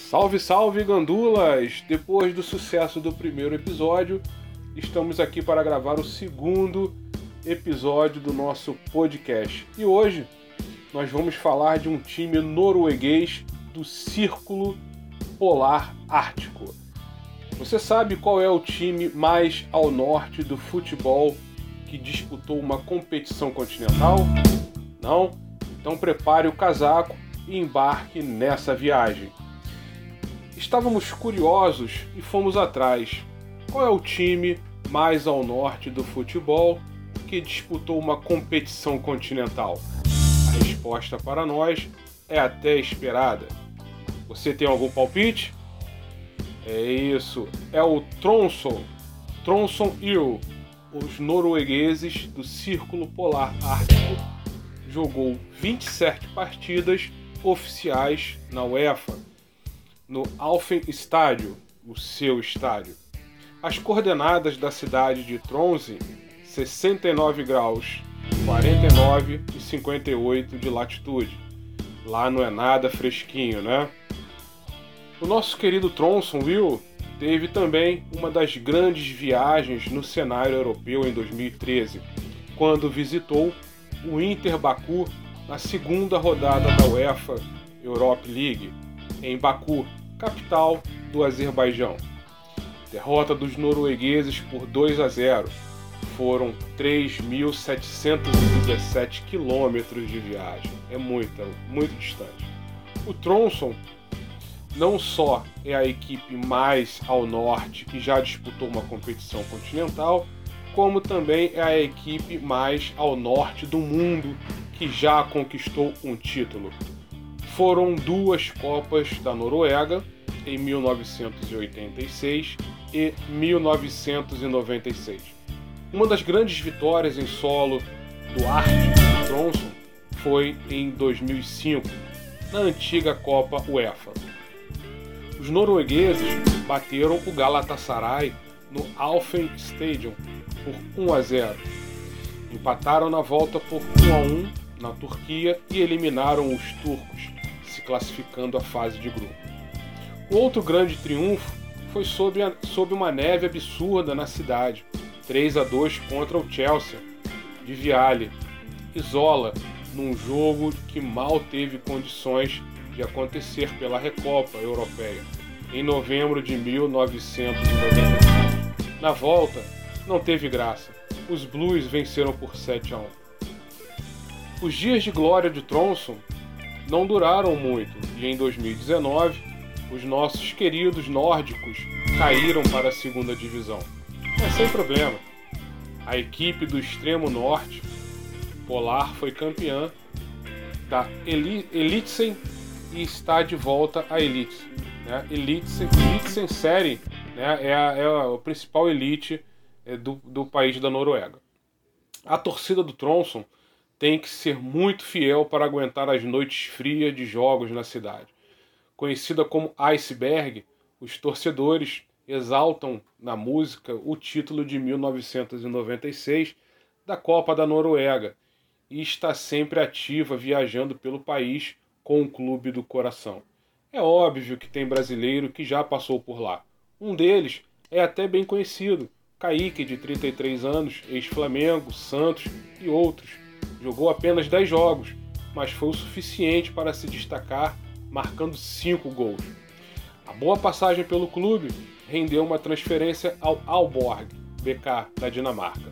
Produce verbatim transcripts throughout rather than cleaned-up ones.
Salve, salve, gandulas! Depois do sucesso do primeiro episódio, estamos aqui para gravar o segundo episódio do nosso podcast. E hoje nós vamos falar de um time norueguês do Círculo Polar Ártico. Você sabe qual é o time mais ao norte do futebol que disputou uma competição continental? Não? Então prepare o casaco e embarque nessa viagem. Estávamos curiosos e fomos atrás. Qual é o time mais ao norte do futebol que disputou uma competição continental? A resposta para nós é até esperada. Você tem algum palpite? É isso, é o Tromsø, Tromsø-Ur. Os noruegueses do Círculo Polar Ártico jogou vinte e sete partidas oficiais na UEFA, no Alfen Stadium, o seu estádio. As coordenadas da cidade de Tromsø, sessenta e nove graus, quarenta e nove e cinquenta e oito de latitude. Lá não é nada fresquinho, né? O nosso querido Tromsø, Will, teve também uma das grandes viagens no cenário europeu em dois mil e treze, quando visitou o Inter Baku na segunda rodada da UEFA Europa League, em Baku, capital do Azerbaijão. Derrota dos noruegueses por dois a zero. Foram três mil setecentos e dezessete quilômetros de viagem. É muito, muito distante. O Tromsø não só é a equipe mais ao norte que já disputou uma competição continental, como também é a equipe mais ao norte do mundo que já conquistou um título. Foram duas Copas da Noruega, em mil novecentos e oitenta e seis e mil novecentos e noventa e seis. Uma das grandes vitórias em solo do Ártico do Tromsø foi em dois mil e cinco, na antiga Copa UEFA. Os noruegueses bateram o Galatasaray no Alfen Stadium por um a zero. Empataram na volta por um a um na Turquia e eliminaram os turcos, se classificando à fase de grupo. O outro grande triunfo foi sob, a, sob uma neve absurda na cidade, três a dois contra o Chelsea, de Viale, Isola, num jogo que mal teve condições de acontecer pela Recopa Europeia, em novembro de mil novecentos e noventa e cinco. Na volta, não teve graça. Os Blues venceram por sete a um. Os dias de glória de Tromsø não duraram muito e em dois mil e dezenove os nossos queridos nórdicos caíram para a segunda divisão. Mas sem problema. A equipe do extremo norte, Polar, foi campeã da Eliteserien e está de volta à Elite. Né? Eliteserien Série, né? é, a, é a principal elite do, do país da Noruega. A torcida do Tromsø tem que ser muito fiel para aguentar as noites frias de jogos na cidade. Conhecida como Iceberg, os torcedores exaltam na música o título de mil novecentos e noventa e seis da Copa da Noruega e está sempre ativa viajando pelo país com o clube do coração. É óbvio que tem brasileiro que já passou por lá. Um deles é até bem conhecido, Kaique, de trinta e três anos, ex-Flamengo, Santos e outros. Jogou apenas dez jogos, mas foi o suficiente para se destacar, marcando cinco gols. A boa passagem pelo clube rendeu uma transferência ao Aalborg, B K, da Dinamarca.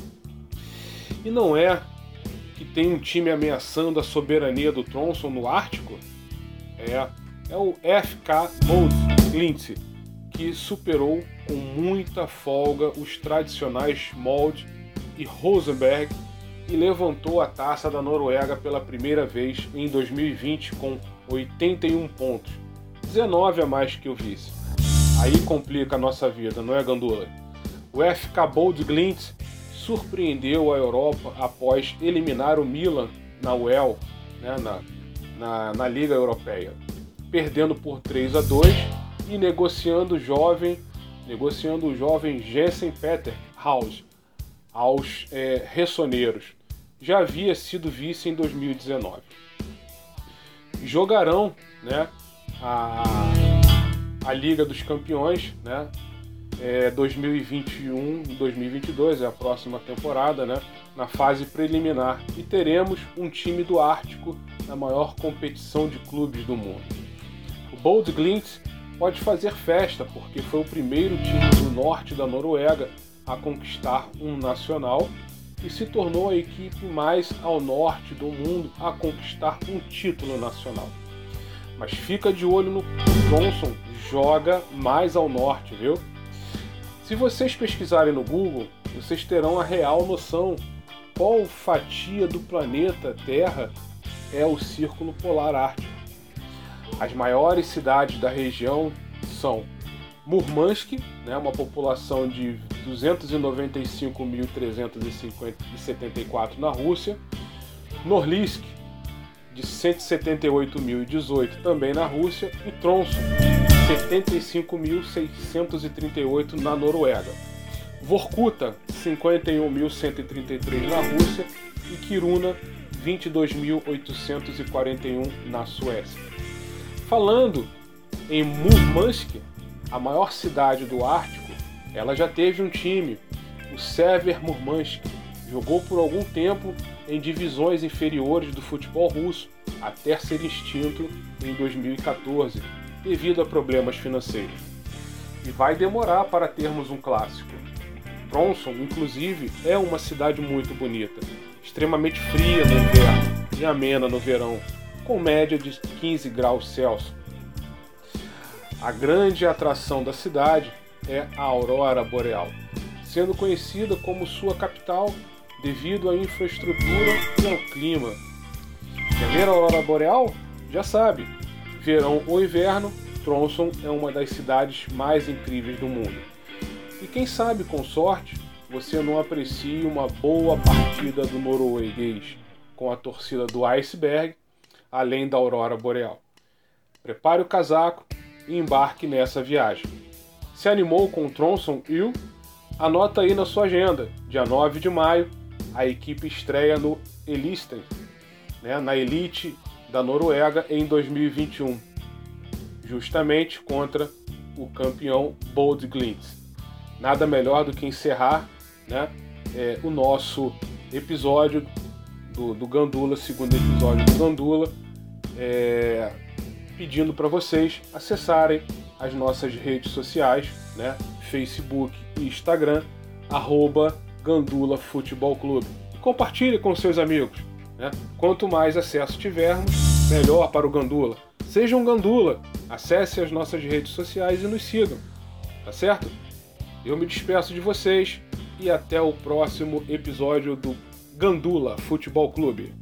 E não é que tem um time ameaçando a soberania do Tromsø no Ártico? É, é o F K Bodø/Glimt, que superou com muita folga os tradicionais Molde e Rosenborg e levantou a taça da Noruega pela primeira vez em dois mil e vinte com oitenta e um pontos, dezenove a mais que o vice. Aí complica a nossa vida, não é, gandula? O F K Bodø/Glimt surpreendeu a Europa após eliminar o Milan na U E L, né, na, na, na Liga Europeia, perdendo por três a dois e negociando o jovem, negociando o jovem Jensen Petter Haus aos é, ressoneiros. Já havia sido vice em dois mil e dezenove. Jogarão, né, a a Liga dos Campeões, né? É, dois mil e vinte e um e dois mil e vinte e dois é a próxima temporada, né? Na fase preliminar. E teremos um time do Ártico na maior competição de clubes do mundo. O Bodø/Glimt pode fazer festa, porque foi o primeiro time do norte da Noruega a conquistar um nacional e se tornou a equipe mais ao norte do mundo a conquistar um título nacional. Mas fica de olho no Tromsø, joga mais ao norte, viu? Se vocês pesquisarem no Google, vocês terão a real noção qual fatia do planeta Terra é o Círculo Polar Ártico. As maiores cidades da região são Murmansk, né, uma população de duzentos e noventa e cinco mil trezentos e setenta e quatro na Rússia, Norilsk, de cento e setenta e oito mil e dezoito também na Rússia, e Tromsø, setenta e cinco mil seiscentos e trinta e oito na Noruega. Vorkuta, cinquenta e um mil cento e trinta e três na Rússia, e Kiruna, vinte e dois mil oitocentos e quarenta e um na Suécia. Falando em Murmansk, a maior cidade do Ártico, ela já teve um time, o Sever Murmansk. Jogou por algum tempo em divisões inferiores do futebol russo, até ser extinto em dois mil e quatorze, devido a problemas financeiros. E vai demorar para termos um clássico. Tromsø, inclusive, é uma cidade muito bonita, extremamente fria no inverno e amena no verão, com média de quinze graus Celsius. A grande atração da cidade é a Aurora Boreal, sendo conhecida como sua capital devido à infraestrutura e ao clima. Quer ver a Aurora Boreal? Já sabe, verão ou inverno, Tromsø é uma das cidades mais incríveis do mundo. E quem sabe, com sorte, você não aprecie uma boa partida do norueguês com a torcida do Iceberg, além da Aurora Boreal. Prepare o casaco e embarque nessa viagem. Se animou com o Tromsø U? Anota aí na sua agenda, dia nove de maio, a equipe estreia no Eliteserien, né, na Elite da Noruega em dois mil e vinte e um, justamente contra o campeão Bodø/Glimt. Nada melhor do que encerrar, né, é, o nosso episódio do, do Gandula, segundo episódio do Gandula, é, pedindo para vocês acessarem as nossas redes sociais, né, Facebook e Instagram, arroba Gandula Futebol Clube. E compartilhe com seus amigos. Né? Quanto mais acesso tivermos, melhor para o Gandula. Seja um Gandula, acesse as nossas redes sociais e nos sigam. Tá certo? Eu me despeço de vocês e até o próximo episódio do Gandula Futebol Clube.